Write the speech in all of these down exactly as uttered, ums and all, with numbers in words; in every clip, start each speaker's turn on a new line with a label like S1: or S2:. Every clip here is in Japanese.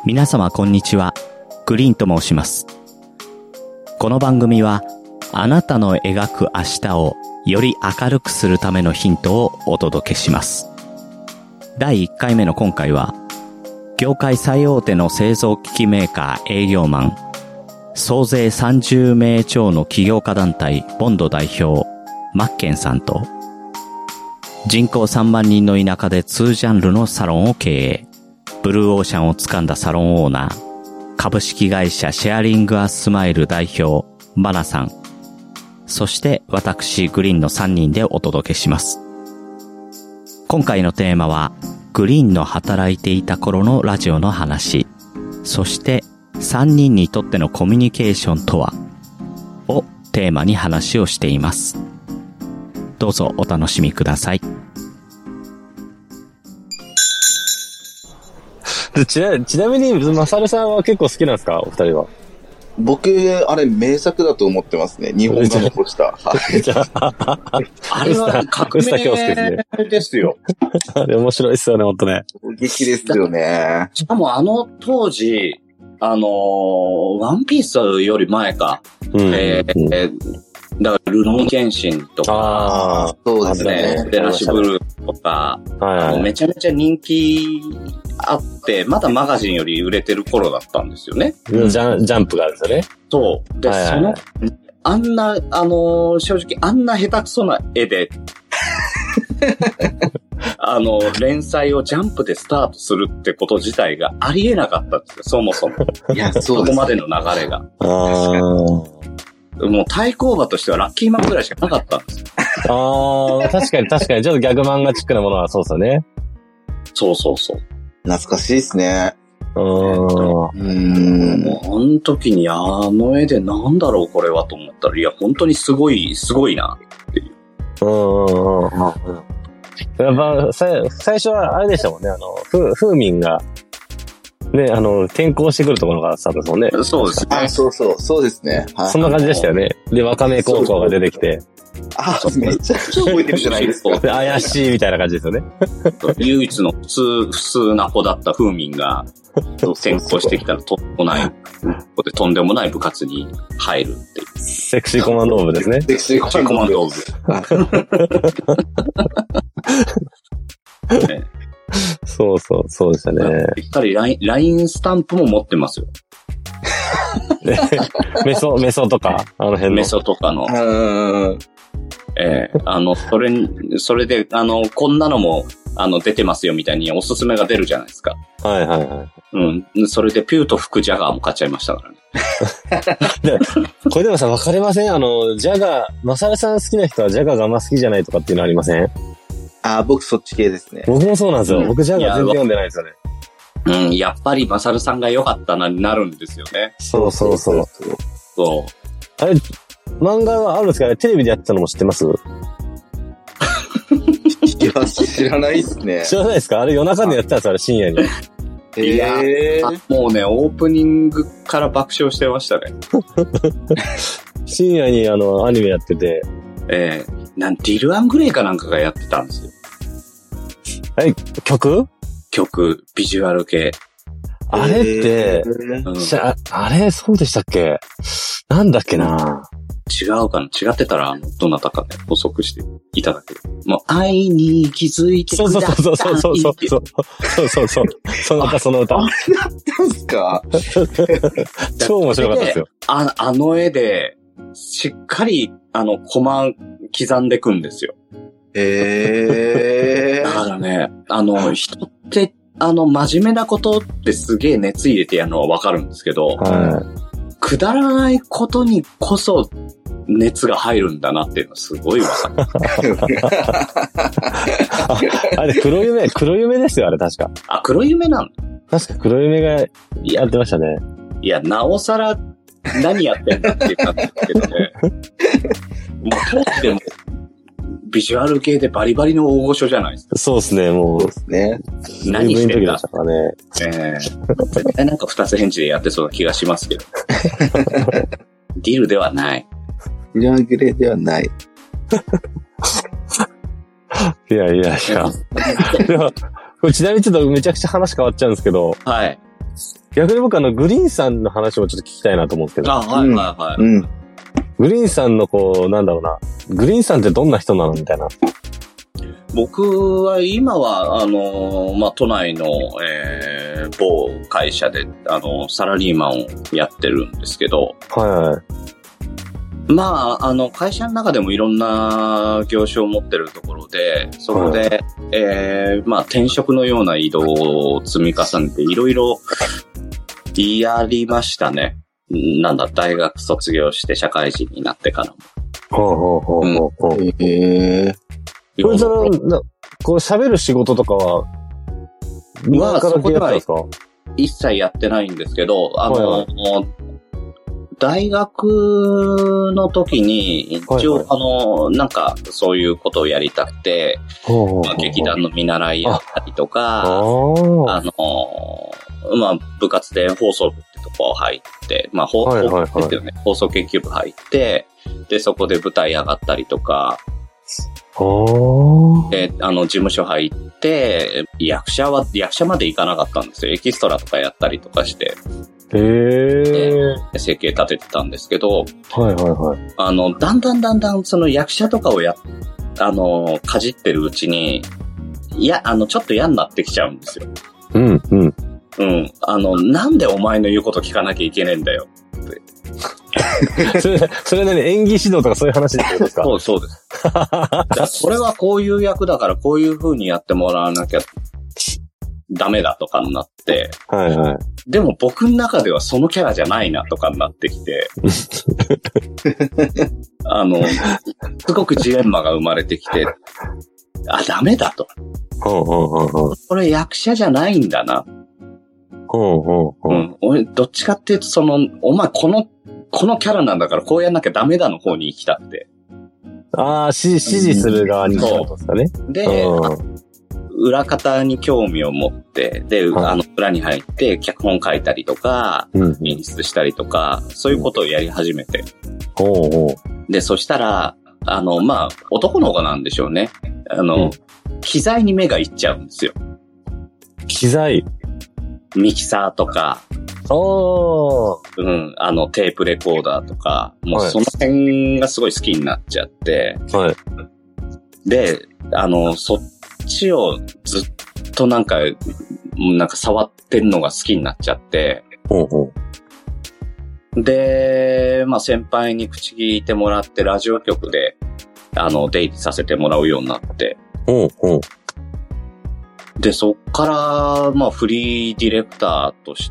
S1: 皆様こんにちは。グリーンと申します。この番組はあなたの描く明日をより明るくするためのヒントをお届けします。だいいっかいめの今回は、業界最大手の製造機器メーカー営業マン、総勢さんじゅうめい超の起業家団体ボンド代表マッケンさんと、人口さんまんにんの田舎でツージャンルのサロンを経営、ブルーオーシャンを掴んだサロンオーナー、株式会社シェアリングアスマイル代表マナさん、そして私グリーンのさんにんでお届けします。今回のテーマはグリーンの働いていた頃のラジオの話、そしてさんにんにとってのコミュニケーションとはをテーマに話をしています。どうぞお楽しみください。
S2: ちな、ちなみにマサルさんは結構好きなんですか、お二人は。
S3: 僕、あれ名作だと思ってますね。日本が残した。
S4: あれは革命ですよ。
S2: あれ面白いですよね、ほんとね。
S3: 激ですよね。
S4: しかもあの当時、あのー、ワンピースより前か。うん、えー、えー、だからルノーケンシンとか、
S3: ああ、そうですね。
S4: デラシブルーとか、はいはい、めちゃめちゃ人気あって、まだマガジンより売れてる頃だったんですよね。
S2: ジャン、ジャンプがあるんですよね。
S4: そう。で、はいはい、その、あんな、あのー、正直あんな下手くそな絵で、あの、連載をジャンプでスタートするってこと自体がありえなかったんですよ、そもそも。
S3: いや、そうです。
S4: そこまでの流れが。
S2: ああ。
S4: もう対抗馬としてはラッキーマンぐらいしかなかったんですよ。
S2: ああ、確かに確かに。ちょっとギャグ漫画チックなものはそうですよね。
S4: そうそうそう。
S3: 懐かしいですね。
S2: うーん。
S4: うーん。もうあの時にあの絵でなんだろうこれはと思ったら、いや本当にすごい、すごいなっていう。
S2: うーん。やっぱ、最初はあれでしたもんね。あの、ふ、ふうみんが、ね、あの、転校してくるところからスタートですもんね。
S4: そうですね。
S3: あ、そうそう、そうですね。
S2: はい、そんな感じでしたよね。で、わかめ高校が出てきて。
S3: あ、めちゃくちゃ覚えてるじゃないですか。
S2: 怪しいみたいな感じですよね。
S4: 唯一の普通、普通な子だった風民が、転校してきたらとんでもない、とんでもない部活に入るっていう。
S2: セクシーコマンド部ですね。
S3: セクシーコマンド部。
S4: ね、
S2: そうそう、そうでしたね。
S4: しっかりライン、ラインスタンプも持ってますよ。
S2: メソ、メソとか、あの辺の。
S4: メソとかの。ええー、あの、それに、それで、あの、こんなのも、あの、出てますよみたいにおすすめが出るじゃないですか。
S2: はいはいはい。
S4: うん。それでピューと吹くジャガーも買っちゃいましたからね。
S2: これでもさ、わかりません？あの、ジャガー、マサルさん好きな人はジャガーがあんま好きじゃないとかっていうのありません？
S3: あ、僕そっち系ですね。
S2: 僕もそうなんですよ。うん、僕ジャガー全然読んでないですよね。
S4: うん、やっぱりマサルさんが良かったな、なるんですよね。
S2: そうそうそう。
S4: そう。
S2: あれ、漫画はあるんですかね？テレビでやってたのも知ってます？い
S3: や、知らないっすね。
S2: 知らないですか？あれ夜中でやってたんですよ、あれ深夜に。
S4: いや、えー、もうね、オープニングから爆笑してましたね。
S2: 深夜にあの、アニメやってて。
S4: ええー、なん、ディル・アングレイかなんかがやってたんですよ。
S2: え、曲？
S4: 曲、ビジュアル系。
S2: あれって、えーうん、あ, あれそうでしたっけ？なんだっけな、
S4: 違うかな、違ってたら、あの、どなたかね、補足していただける。もう、愛に気づいてください。
S2: そうそうそうそうそう。そうそうそう。その歌、その歌。
S3: あれだったんすか？
S2: 超面白かったですよ。
S4: あ, あの絵で、しっかり、あの、コマ刻んでくんですよ。
S3: へー。
S4: だからね、あの、人って、あの、真面目なことってすげえ熱入れてやるのはわかるんですけど、
S2: はい、
S4: くだらないことにこそ熱が入るんだなっていうのはすごいわかる。
S2: あ, あれ、黒夢、黒夢ですよ、あれ確か。
S4: あ、黒夢なの？
S2: 確か黒夢がやってましたね。
S4: いや、なおさら何やってんだっていう感じですけどね。もう当時でも、ビジュアル系でバリバリの大御所じゃないですか。
S2: そうですね、もう。
S3: そうですね。
S4: 何してんだ。
S2: したかね、
S4: えー、絶対なんか二つ返事でやってそうな気がしますけど。ディルではない。
S3: ビジュアル系ではない。
S2: いやいやいや。でも、ちなみにちょっとめちゃくちゃ話変わっちゃうんですけど。
S4: はい。
S2: 逆に僕あの、グリーンさんの話もちょっと聞きたいなと思うんですけど。
S4: あ、はいはいはい。
S3: うん。
S2: グリーンさんのこう、なんだろうな。グリーンさんってどんな人なのみたいな。
S4: 僕は今は、あの、まあ、都内の、えー、某会社で、あの、サラリーマンをやってるんですけど、
S2: はいはい。
S4: まあ、あの、会社の中でもいろんな業種を持ってるところで、そこで、はい、えー、まあ、転職のような移動を積み重ねて、いろいろやりましたね。なんだ、大学卒業して社会人になってからも。
S2: ほうほうほうほうほう。
S3: うん、へ
S2: ー。これその、なこう喋る仕事とかは、
S4: は、そこでは一切やってないんですけど、あの、はいはい、大学の時に、一応、はいはい、あの、なんか、そういうことをやりたくて、まあ、劇団の見習いやったりとか、あ, あの、まあ、部活で放送部ってとこ入って、まあ、放送部ですよね、放送研究部入って、で、そこで舞台上がったりとか、で、あの、事務所入って、役者は、役者まで行かなかったんですよ。エキストラとかやったりとかして。
S2: へー。
S4: 生計立ててたんですけど、
S2: はいはいはい。
S4: あの、だんだんだんだんその役者とかをや、あの、かじってるうちに、いや、あの、ちょっと嫌になってきちゃうんですよ。
S2: うん、うん。
S4: うん。あの、なんでお前の言うこと聞かなきゃいけねえんだよって。
S2: それ、それ何演技指導とかそういう話ってことですか？
S4: そうそうです。だこれはこういう役だからこういう風にやってもらわなきゃダメだとかになって、
S2: はいはい。
S4: でも僕の中ではそのキャラじゃないなとかになってきて、あの、すごくジレンマが生まれてきて、あ、ダメだと。
S2: ほうほうほうほう。
S4: これ役者じゃないんだな。
S2: ほうほうほう。
S4: うん。俺、どっちかっていうと、その、お前この、このキャラなんだからこうやんなきゃダメだの方に行きたくて。
S2: ああ、指示する側に行ったんですかね。
S4: で、裏方に興味を持って、で、はい、あの、裏に入って、脚本書いたりとか、うん、演出したりとか、そういうことをやり始めて。
S2: うん、おうおう
S4: で、そしたら、あの、まあ、男の子なんでしょうね。あの、うん、機材に目がいっちゃうんですよ。
S2: 機材？
S4: ミキサーとか、
S2: おー。
S4: うん、あの、テープレコーダーとか、もうその辺がすごい好きになっちゃって、
S2: はい。
S4: で、あの、そっちをずっとなんか、なんか触ってるのが好きになっちゃって、
S2: ほうほ
S4: う。で、まあ先輩に口聞いてもらってラジオ局で、あの、出入りさせてもらうようになって、
S2: ほうほう。
S4: で、そっから、まあ、フリーディレクターとして、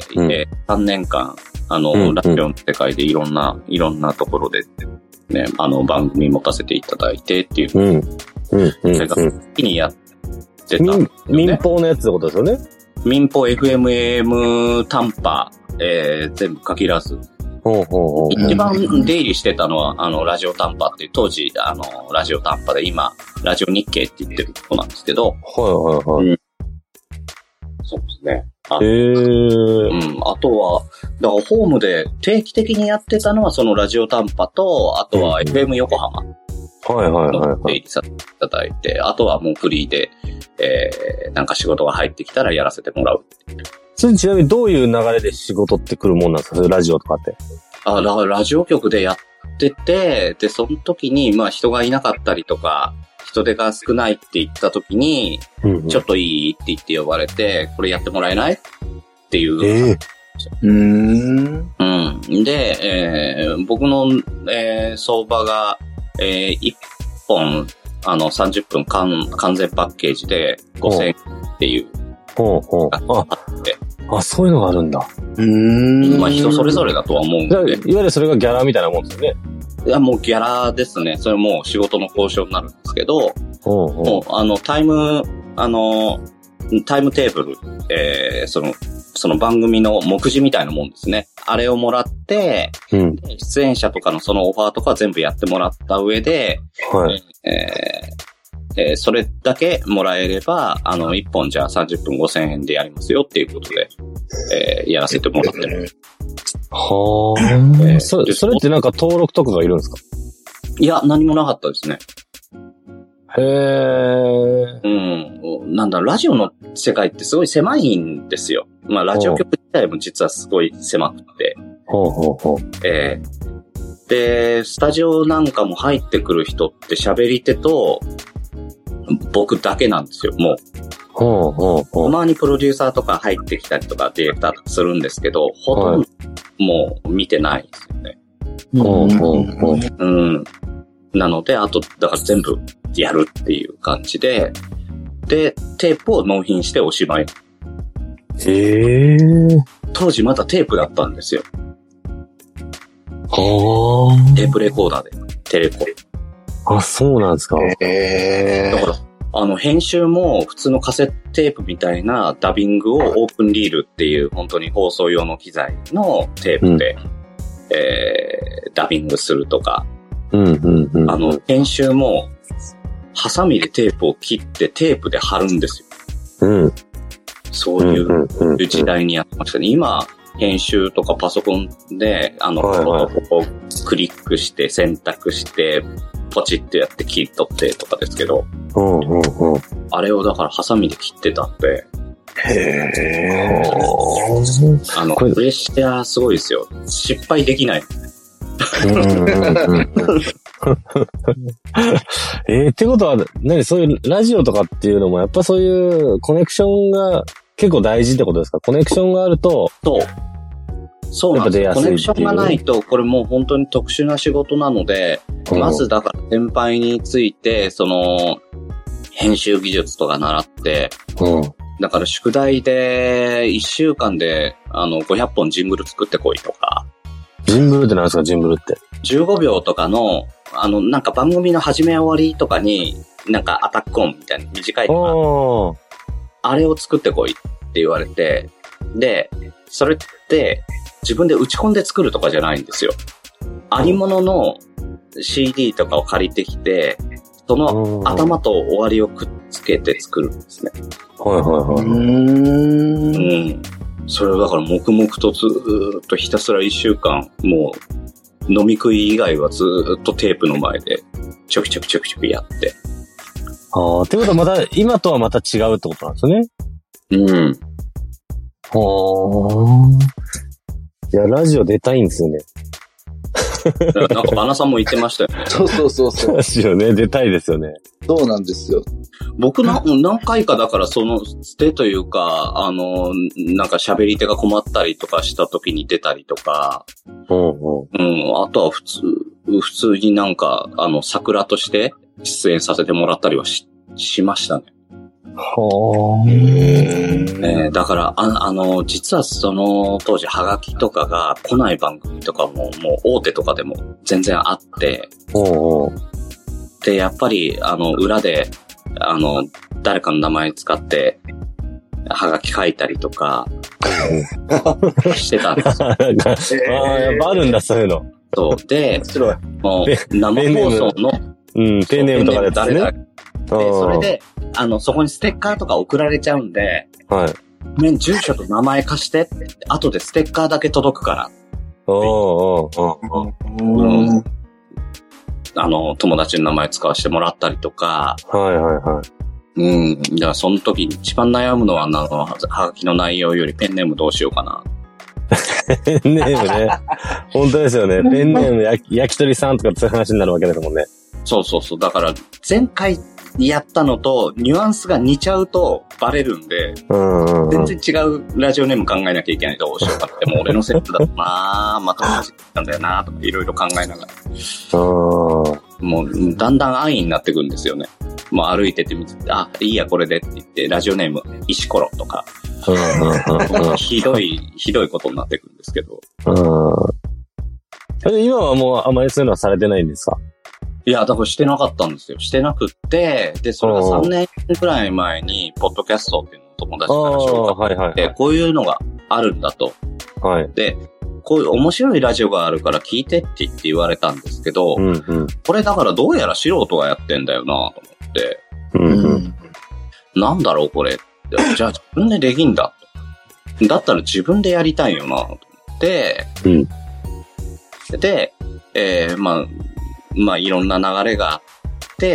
S4: うん、えー、さんねんかん、あの、うんうん、ラジオの世界でいろんな、いろんなところで、ね、あの、番組持たせていただいてっていう。
S2: うん。うん。うん。
S4: それが好きにやってたんですよね。
S2: 民放のやつってことですよね。
S4: 民放 エフエム、エーエム 短波、えー、全部限らず。
S2: ほうほうほう。
S4: 一番出入りしてたのは、あの、ラジオ短波っていう、当時、あの、ラジオ短波で今、ラジオ日経って言ってるとこなんですけど。
S2: はいはいはい。うん、
S4: そうですね。
S2: へー。
S4: うん。あとは、だからホームで定期的にやってたのは、そのラジオ短波と、あとは エフエム 横浜。
S2: はいはいはい、はい。
S4: 出入りさせていただいて、あとはもうフリーで、えー、なんか仕事が入ってきたらやらせてもらう。
S2: それちなみにどういう流れで仕事って来るもんなんですか？ラジオとかって。
S4: あ、ラ、ラジオ局でやってて、で、その時に、まあ人がいなかったりとか、人手が少ないって言った時に、うんうん、ちょっといいって言って呼ばれて、これやってもらえないっていう。
S2: えー、
S3: うーん。
S4: うん。で、えー、僕の、えー、相場が、えー、いっぽん、あの、さんじゅっぷん完完全パッケージでごせんえんっていう。
S2: ほうほう。あって。あ、そういうのがあるんだ。
S3: うーん。
S4: まあ人それぞれだとは思うんで。いわ
S2: ゆるそれがギャラみたいなもんですよね。
S4: いや、もうギャラですね。それも仕事の交渉になるんですけど、
S2: ほうほう。
S4: もう、あの、タイム、あの、タイムテーブル、えー、その、その番組の目次みたいなもんですね。あれをもらって、
S2: うん、
S4: 出演者とかのそのオファーとか全部やってもらった上で、
S2: はい。
S4: えーえー、それだけもらえれば、あの、いっぽんじゃあさんじゅっぷんごせんえんでやりますよっていうことで、えー、やらせてもらってる。
S2: はあ、えー。それ、それってなんか登録とかがいるんですか？
S4: いや、何もなかったですね。
S2: へー。
S4: うん。なんだ、ラジオの世界ってすごい狭いんですよ。まあ、ラジオ局自体も実はすごい狭くて。
S2: ほうほうほう。
S4: えー、で、スタジオなんかも入ってくる人って喋り手と、僕だけなんですよ、もう。
S2: ほうほうほう。
S4: たまにプロデューサーとか入ってきたりとか、ディレクターとかするんですけど、ほとんどもう見てないですよね。
S2: ほうほうほう。
S4: うん。なので、あと、だから全部やるっていう感じで、で、テープを納品しておしまい。
S2: へー。
S4: 当時まだテープだったんですよ。
S2: はー。
S4: テープレコーダーで、テレコ。
S2: あ、そうなんですか。
S3: へ
S4: だから、あの、編集も普通のカセットテープみたいなダビングをオープンリールっていう本当に放送用の機材のテープで、うん、えー、ダビングするとか、
S2: うんうんうん、
S4: あの、編集も、ハサミでテープを切ってテープで貼るんですよ。
S2: うん。
S4: そういう時代にやってましたね。今、編集とかパソコンで、あの、はいはい、こうクリックして選択して、ポチってやって切り取ってとかですけど、
S2: うんうんうん、
S4: あれをだからハサミで切ってたんで、
S2: へ
S4: ー。あの、プレッシャーすごいですよ。失敗できない。
S2: うんうんうんえー、ってことは、何そういうラジオとかっていうのも、やっぱそういうコネクションが結構大事ってことですか？コネクションがあると、
S4: そう。そうなんですよ。コネクションがないと、これもう本当に特殊な仕事なので、うん、まずだから先輩について、その、編集技術とか習って、
S2: うん、
S4: だから宿題でいっしゅうかんで、あの、ごひゃっぽんジングル作ってこいとか。
S2: ジングルって何ですか？ジングルって。
S4: じゅうごびょうとかの、あの、なんか番組の始め終わりとかに、なんかアタックオンみたいな短いとか、あれを作ってこいって言われて、で、それって自分で打ち込んで作るとかじゃないんですよ。ありものの シーディー とかを借りてきて、その頭と終わりをくっつけて作るんですね。
S2: はいはいはい。
S3: うーん。
S4: うん。それをだから黙々とずーっとひたすらいっしゅうかん、もう飲み食い以外はずーっとテープの前でちょきちょきちょきちょきやって。
S2: ああ、ってことはまた、今とはまた違うってことなんですね。
S4: うん。
S2: はあ。いや、ラジオ出たいんですよね。
S4: なんかバナさんも言ってましたよね。
S3: そうそうそうそう。
S2: ラジオね、出たいですよね。
S3: そうなんですよ。
S4: 僕な、何回かだからその捨てというか、あの、なんか喋り手が困ったりとかした時に出たりとか、
S2: うんうん。
S4: うん、あとは普通、普通になんか、あの、桜として出演させてもらったりはし、しましたね。
S2: はあ。
S4: えー、だから、あ、あの、実はその当時ハガキとかが来ない番組とかも、もう大手とかでも全然あって、
S2: おうおう
S4: で、やっぱり、あの、裏で、あの、誰かの名前使って、ハガキ書いたりとか、してたんですよ。
S2: ああ、やっぱあるんだ、そういうの。
S4: そう。で、もう、生放送の、
S2: うん、ペンネームとかで誰だ。
S4: で、それで、あの、そこにステッカーとか送られちゃうんで、
S2: はい。
S4: ごめん、住所と名前貸してって、後でステッカーだけ届くから。
S2: おーおーおー
S4: うん。あの、友達の名前使わせてもらったりとか。
S2: はいはいはい。
S4: うん。だからその時に一番悩むのは、あの、はがきの内容よりペンネームどうしようかな。
S2: ペンネームね。本当ですよね。ペンネーム焼き、焼き鳥さんとかそういう話になるわけですもんね。
S4: そうそうそう。だから、前回やったのとニュアンスが似ちゃうとバレるんで、
S2: うんうんうん、
S4: 全然違うラジオネーム考えなきゃいけない。どうしようかって、もう俺のセットだとなぁ、また同じなんだよなぁとかいろいろ考えながら。もう、だんだん安易になってくるんですよね。もう歩いててみて、あ、いいやこれでって言って、ラジオネーム、石ころとか。ひどい、ひどいことになってくるんですけど。
S2: うん、今はもうあまりそういうのはされてないんですか？
S4: いや、だからしてなかったんですよ。してなくって、で、それがさんねんくらい前に、ポッドキャストっていうのを友達から紹介して、はいはい、こういうのがあるんだと。
S2: はい。
S4: で、こういう面白いラジオがあるから聞いてって言って言われたんですけど、
S2: うんうん、
S4: これだからどうやら素人がやってんだよなと思って、
S2: うんうん、
S4: なんだろうこれ。じゃあ自分でできんだ。だったら自分でやりたいよなと思って、
S2: うん、
S4: で、えー、まあ、まあいろんな流れがあっ 、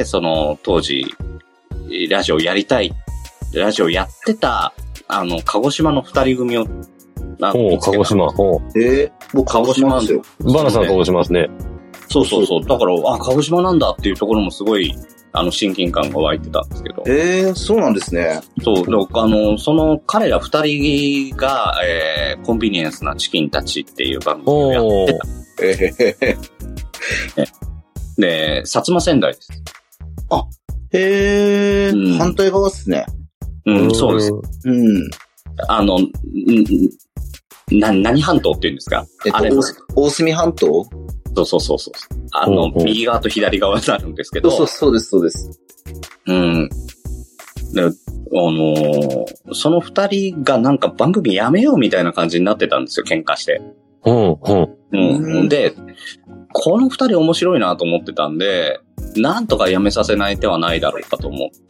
S4: その当時、ラジオやりたい、ラジオやってた、あの、鹿児島の二人組を、
S2: おう、鹿児島。おう。
S3: えー、僕鹿児島ですよ。
S2: バナさん鹿児島ですね。
S4: そうそうそう。だから、あ、鹿児島なんだっていうところもすごい、あの、親近感が湧いてたんですけど。
S3: えー、そうなんですね。
S4: そう、であの、その彼ら二人が、えー、コンビニエンスなチキンたちっていう番組をやってた。
S3: えー、
S4: ね、で、薩摩仙台です。
S3: あ、へー、
S4: うん、
S3: 反対側ですね。
S4: うん、そうです。
S3: うん。
S4: あの、んな、何半島って言うんですか？
S3: えっと、
S4: あれ
S3: 大隅半島？
S4: そうそうそうそう。あの、
S2: うんうん、
S4: 右側と左側になるんですけど。
S3: そうそう、そうです、そうです。
S4: うん。で、あのー、その二人がなんか番組やめようみたいな感じになってたんですよ、喧嘩して。
S2: うん、うん。
S4: うん。で、この二人面白いなと思ってたんで、なんとかやめさせない手はないだろうかと思って、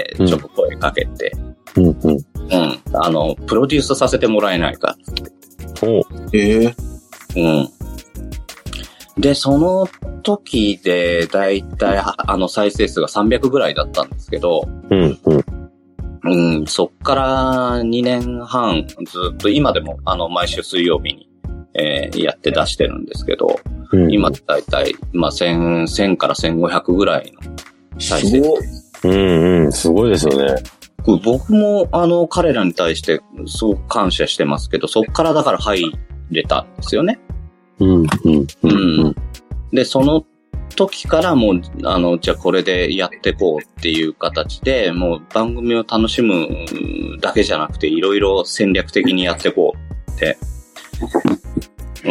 S4: ちょっと声かけて、
S2: うん、うん。
S4: うん。あの、プロデュースさせてもらえないかって。
S2: おう。
S3: ええ
S4: ー。うん。で、その時で、だいたい、あの、再生数がさんびゃくぐらいだったんですけど、
S2: うん、うん。
S4: うん、そっからにねんはん、ずっと、今でも、あの、毎週水曜日に、えー、やって出してるんですけど、うん、今、だいたい、まあ、せん、せんからせんごひゃくぐらいの再生数。
S2: うんうん、すごいですよね。
S4: 僕も、あの、彼らに対して、すごく感謝してますけど、そっからだから入れたんですよね。
S2: うん、うん、うん。
S4: で、その時からもう、あの、じゃあこれでやってこうっていう形で、もう番組を楽しむだけじゃなくて、いろいろ戦略的にやってこうって。
S2: うん、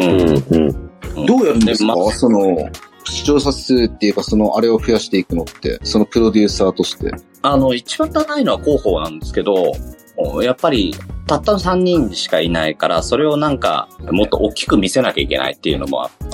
S2: うん。
S3: どうやるんですか、ま、その、視聴者数っていうか、その、あれを増やしていくのって、そのプロデューサーとして。
S4: あの、一番高いのは広報なんですけど、やっぱり、たったのさんにんしかいないから、それをなんか、もっと大きく見せなきゃいけないっていうのもあって、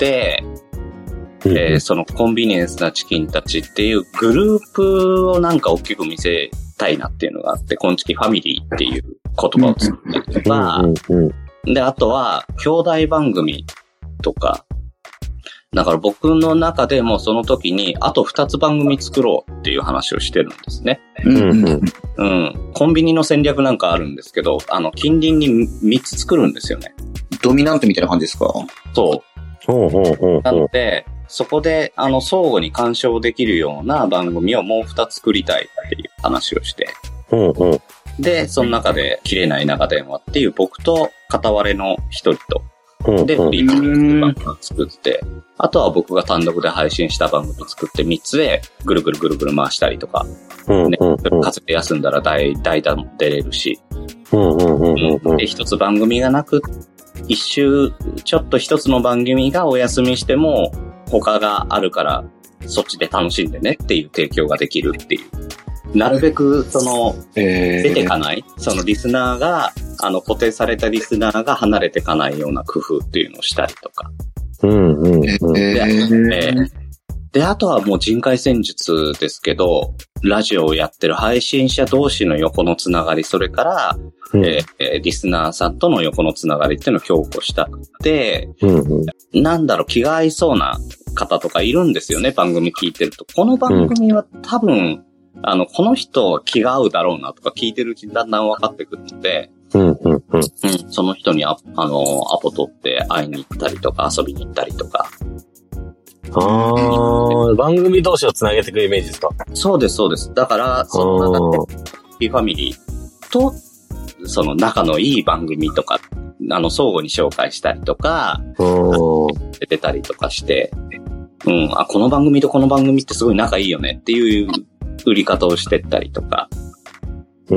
S4: うん、えー、そのコンビニエンスなチキンたちっていうグループをなんか大きく見せたいなっていうのがあって、こんちきファミリーっていう言葉を作ったりとか、で、あとは、兄弟番組とか、だから僕の中でもその時に、あとふたつ番組作ろうっていう話をしてるんですね。
S3: うんうん。
S4: うん。コンビニの戦略なんかあるんですけど、あの、近隣にみっつ作るんですよね。
S3: ドミナントみたいな感じですか？
S4: そう。
S2: ほうほうほうほう。
S4: なので、そこで、あの、相互に干渉できるような番組をもうふたつ作りたいっていう話をして。
S2: ほうほう。
S4: で、その中で、切れない長電話っていう僕と片割れの一人と、で、フリーの番組を作って、あとは僕が単独で配信した番組を作ってみっつでぐるぐるぐるぐる回したりとか、ね、風で休んだら代打も出れるし、で、一つ番組がなく、一周、ちょっと一つの番組がお休みしても、他があるから、そっちで楽しんでねっていう提供ができるっていう。なるべく、その、えー、出てかない、そのリスナーが、あの、固定されたリスナーが離れてかないような工夫っていうのをしたりとか。
S2: うんうんうん。で、
S4: えー、で、あとはもう人海戦術ですけど、ラジオをやってる配信者同士の横のつながり、それから、うんえー、リスナーさんとの横のつながりっていうのを強固したくて、うんうん、なんだろう、気が合いそうな方とかいるんですよね、番組聞いてると。この番組は多分、うんあの、この人気が合うだろうなとか聞いてるうちにだんだん分かってくるので、
S2: うんうんうんうん、
S4: その人にあ、あの、アポ取って会いに行ったりとか遊びに行ったりとか。
S2: あー、番組同士をつなげていくイメージですか？
S4: そうです、そうです。だから、その中で、ファミリーと、その仲のいい番組とか、あの、相互に紹介したりとか、出たりとかして、うん、あ、この番組とこの番組ってすごい仲いいよねっていう、売り方をしてったりとか。
S2: う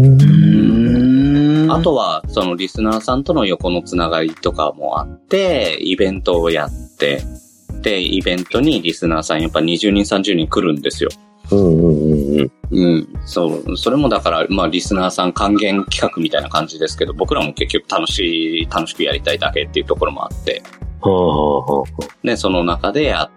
S2: ー
S4: んあとは、そのリスナーさんとの横のつながりとかもあって、イベントをやって、で、イベントにリスナーさんやっぱにじゅうにんさんじゅうにん来るんですよ。
S2: うんうんうん
S4: うん。そう。それもだから、まあリスナーさん還元企画みたいな感じですけど、僕らも結局楽しい、楽しくやりたいだけっていうところもあって。
S2: はあはあ、
S4: で、その中でやって、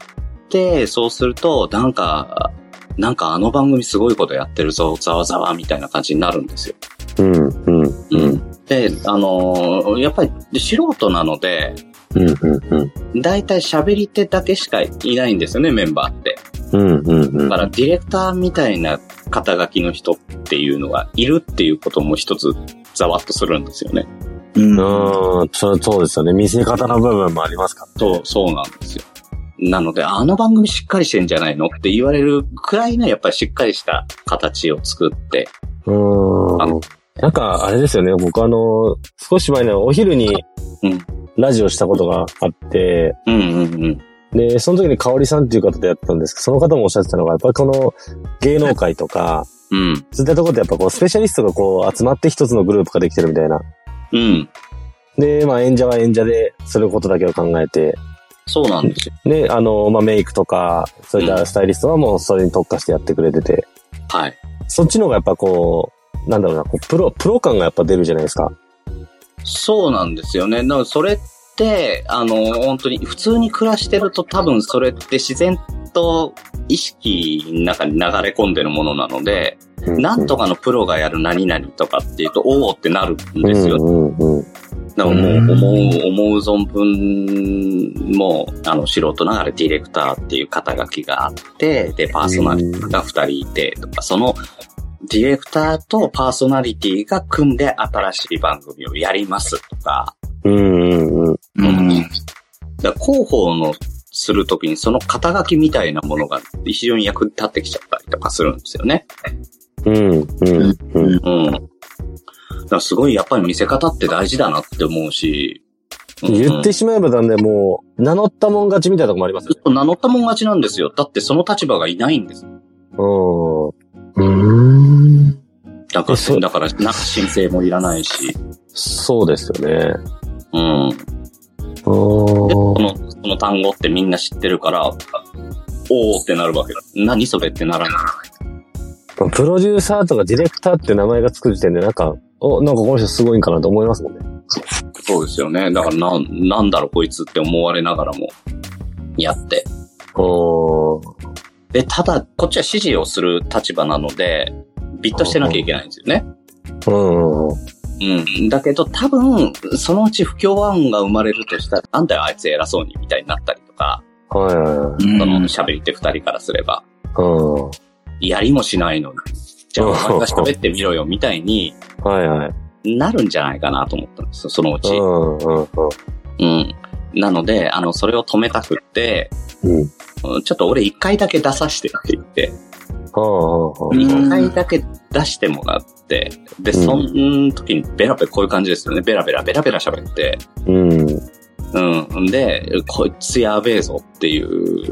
S4: そうすると、なんか、なんかあの番組すごいことやってるぞ、ざわざわみたいな感じになるんですよ。
S2: うん、うん、うん。
S4: で、あのー、やっぱり素人なので、
S2: うん、うん、うん。
S4: だいたい喋り手だけしかいないんですよね、メンバーって。
S2: うんうんうん。
S4: だからディレクターみたいな肩書きの人っていうのがいるっていうことも一つざわっとするんですよね。
S3: うん。
S2: うん、そそうですよね。見せ方の部分もありますから、ね。
S4: そう、そうなんですよ。なので、あの番組しっかりしてんじゃないのって言われるくらいのやっぱりしっかりした形を作って。
S2: うーん。なんか、あれですよね。僕あの、少し前のお昼に、ラジオしたことがあって、
S4: うんうんうん。
S2: で、その時に香織さんっていう方でやったんですけど、その方もおっしゃってたのが、やっぱりこの芸能界とか、
S4: うん。
S2: そういったところでやっぱこう、スペシャリストがこう、集まって一つのグループができてるみたいな。
S4: うん。
S2: で、まあ演者は演者で、それことだけを考えて。
S4: そうなんですよ。
S2: で、あの、まあメイクとか、そういったスタイリストはもうそれに特化してやってくれてて。
S4: うん、はい。
S2: そっちの方がやっぱこう、なんだろうな、こうプロ、プロ感がやっぱ出るじゃないですか。
S4: そうなんですよね。だからそれって、あの、本当に普通に暮らしてると多分それって自然と意識の中に流れ込んでるものなので、うんうん、なんとかのプロがやる何々とかっていうと、おーってなるんですよ。うんうんうん、だからもう、思う、思う存分、もう、あの、素人ながらディレクターっていう肩書きがあって、で、パーソナリティがふたりいて、とか、その、ディレクターとパーソナリティが組んで新しい番組をやりますとか。
S2: うんうんうん。
S4: うん。だから広報のするときにその肩書きみたいなものが非常に役立ってきちゃったりとかするんですよね。
S2: うんうんうん。うん。
S4: だからすごいやっぱり見せ方って大事だなって思うし。
S2: うん、言ってしまえばなんでもう、名乗ったもん勝ちみたいなとこもありますよね。
S4: 名乗ったもん勝ちなんですよ。だってその立場がいないんです。
S2: うん。うーん。
S4: だから、だから、なんか申請もいらないし。
S2: そうですよね。
S4: うん。で、この、その単語ってみんな知ってるから、おーってなるわけだ。何それってならない。
S2: プロデューサーとかディレクターって名前がつく時点でなんか、お、なんかこの人すごいんかなと思いますもんね。
S4: そうですよね。だからな、なんだろこいつって思われながらも、やって。
S2: おー。
S4: で、ただ、こっちは指示をする立場なので、ビットしてなきゃいけないんですよね。
S2: うん。
S4: うん。だけど、多分、そのうち不協和音が生まれるとしたら、なんだよ、あいつ偉そうにみたいになったりとか。
S2: はいはいはい。
S4: その、喋り手二人からすれば。
S2: うん。
S4: やりもしないのに。じゃあ、お前が喋ってみろよ、みたいに。
S2: はいはい。
S4: なるんじゃないかなと思ったんですよ、そのうち。
S2: うんうんうん。
S4: うん。なので、あの、それを止めたくって、
S2: うん。
S4: ちょっと俺一回だけ出させてって言って、一回だけ出してもらって、で、その時にベラベラこういう感じですよね。ベラベラベラベラ喋って、
S2: うん。
S4: うん。で、こいつやべえぞっていう、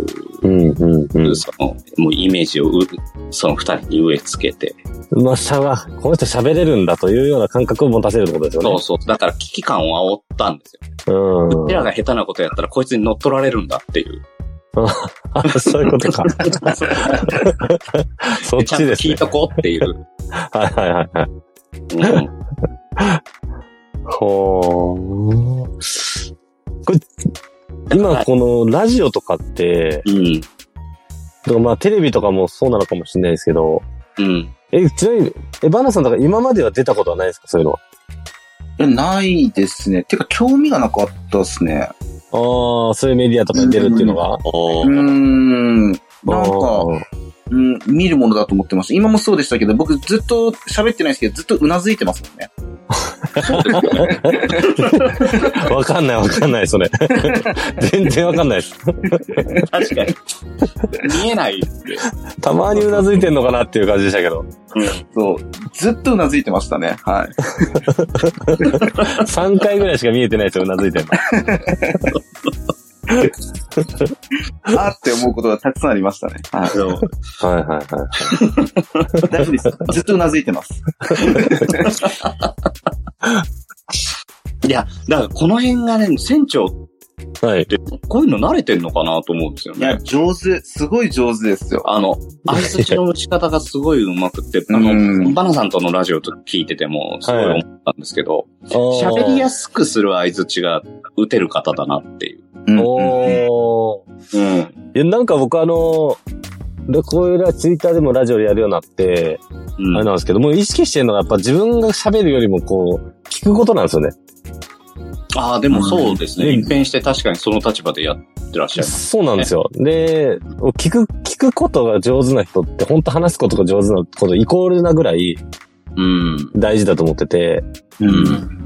S2: うんうんうん、
S4: その、もうイメージをう、その二人に植え付けて。
S2: まあ、しゃば、この人喋れるんだというような感覚を持たせるってことですよね。
S4: そうそう。だから危機感を煽ったんですよ。うん。うちらが下手なことやったらこいつに乗っ取られるんだっていう。
S2: あ、そういうことか。そっちですね。
S4: ちゃんと聞いとこうっていう。
S2: はいはいはいはい。うん、ほー。これ、今このラジオとかって、
S4: うん。
S2: だからまあテレビとかもそうなのかもしれないですけど、
S4: うん。
S2: え、ちなみに、え、バナさんとか今までは出たことはないですか、そういうのは。
S3: え、ないですね。てか興味がなかったですね。
S2: ああ、そういうメディアとかに出るっていうのが、
S3: うーん。なんか、うん、見るものだと思ってました。今もそうでしたけど、僕ずっと喋ってないですけど、ずっとうなずいてますもんね。
S2: わかんないわかんない、それ。全然わかんないです。
S4: 確かに。見えない。
S2: たまにうなずいてんのかなっていう感じでしたけど。
S3: うん、そう。ずっとうなずいてましたね。はい。
S2: さんかいぐらいしか見えてないですよ、うなずいてんの。
S3: あって思うことがたくさんありましたね。はい。
S2: はいはいはい。
S3: 大丈夫です。ずっとうなずいてます。
S4: いや、だからこの辺がね、船長
S2: はい。
S4: こういうの慣れてんのかなと思うんですよね。
S3: いや、上手。すごい上手ですよ。
S4: あの、相槌の打ち方がすごい上手くて、あの、バナさんとのラジオと聞いてても、すごい思ったんですけど、喋、はい、りやすくする相槌が打てる方だなっていう。
S2: おー。うん。いや、なんか僕あの、で、こういうツイッターでもラジオでやるようになって、うん、あれなんですけど、もう意識してるのがやっぱ自分が喋るよりもこう、聞くことなんですよね。
S4: ああ、でもそうですね。一変して確かにその立場でやってらっしゃいます、ね。
S2: そうなんですよ。で、聞く、聞くことが上手な人って本当話すことが上手なことイコールなぐらい、うん。大事だと思ってて、うん。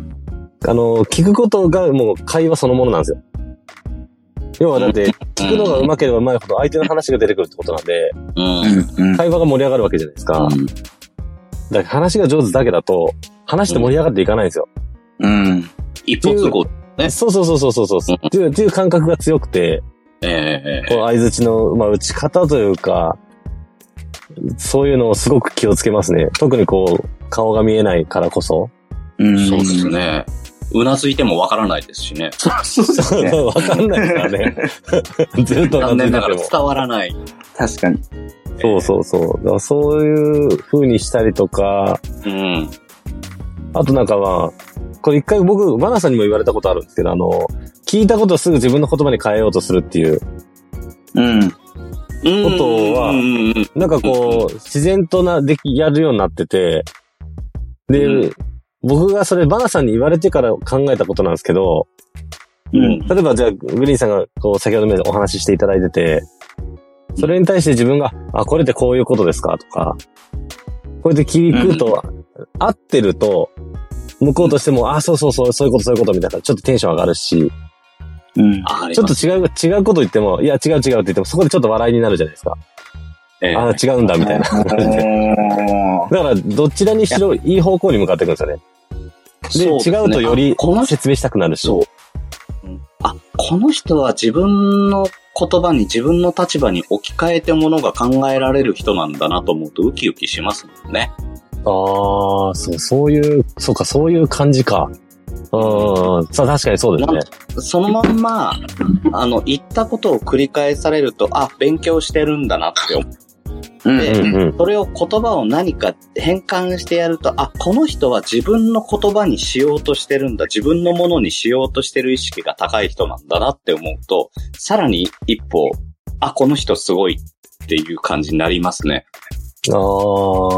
S2: あの、聞くことがもう会話そのものなんですよ。要はだって、聞くのが上手ければ上手いほど相手の話が出てくるってことなんで、うん、会話が盛り上がるわけじゃないですか。うん、だから話が上手だけだと、話して盛り上がっていかないんですよ。うん。
S4: 一歩通行ね。
S2: そうそうそうそうそうそう、うん、っていう。っていう感覚が強くて、えー、この相槌の、まあ、打ち方というか、そういうのをすごく気をつけますね。特にこう、顔が見えないからこそ。
S4: うん、そうですね。うなずいてもわからないですしね。
S2: そうですね。わかんないからね。ずっと
S4: 残念ながら伝わらない。
S3: 確かに。
S2: そうそうそう。だからそういう風にしたりとか、うん。あとなんかまあ、これ一回僕、バナさんにも言われたことあるんですけど、あの、聞いたことをすぐ自分の言葉に変えようとするっていう。うん。ことは、なんかこう、自然とな、でき、やるようになってて、で、うん、僕がそれバナさんに言われてから考えたことなんですけど、うん、例えばじゃあ、グリーンさんがこう、先ほどまでお話ししていただいてて、それに対して自分が、あ、これってこういうことですかとか、こうやって聞くと、うん、合ってると、向こうとしても、あ、そうそうそう、そういうことそういうことみたいな、ちょっとテンション上がるし、うん、ちょっと違う、違うこと言っても、いや、違う違うって言っても、そこでちょっと笑いになるじゃないですか。えー、あ、違うんだ、みたいな。だから、どちらにしろ、いい方向に向かっていくんですよね。で、でね、違うとより説明したくなるし。そう。
S4: あ、この人は自分の言葉に自分の立場に置き換えてものが考えられる人なんだなと思うとウキウキしますもんね。
S2: ああ、そう、そういう、そうか、そういう感じか。うん、そう、確かにそうですね。
S4: そのまんま、あの、言ったことを繰り返されると、あ、勉強してるんだなって思う。で、うんうんうん、それを言葉を何か変換してやると、あ、この人は自分の言葉にしようとしてるんだ、自分のものにしようとしてる意識が高い人なんだなって思うと、さらに一歩、あ、この人すごいっていう感じになりますね。
S2: ああ、うん、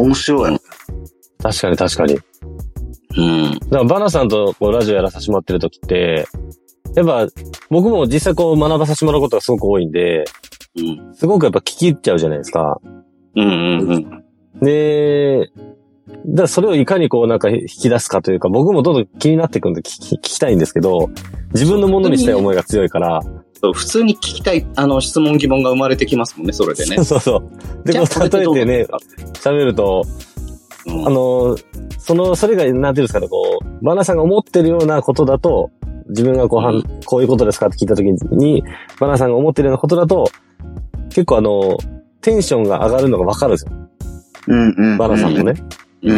S3: 面白い。
S2: 確かに確かに。うん。だからバナさんとこうラジオやらさせてもらってる時って、やっぱ僕も実際こう学ばさせてもらうことがすごく多いんで、うん、すごくやっぱ聞き入っちゃうじゃないですか。うんうんうん。で、だからそれをいかにこうなんか引き出すかというか、僕もどんどん気になってくるんで聞き、聞きたいんですけど、自分のものにしたい思いが強いから。
S4: そう、普通に聞きたい、あの、質問疑問が生まれてきますもんね、それでね。
S2: そうそうそう。で、こう例えてね、喋ると、うん、あの、その、それが、なんていうんですかね、こう、バナさんが思ってるようなことだと、自分がこう、うん、こういうことですかって聞いたときに、バナさんが思ってるようなことだと、結構あの、テンションが上がるのがわかるんですよ。うんうん。バナさんもね。うん。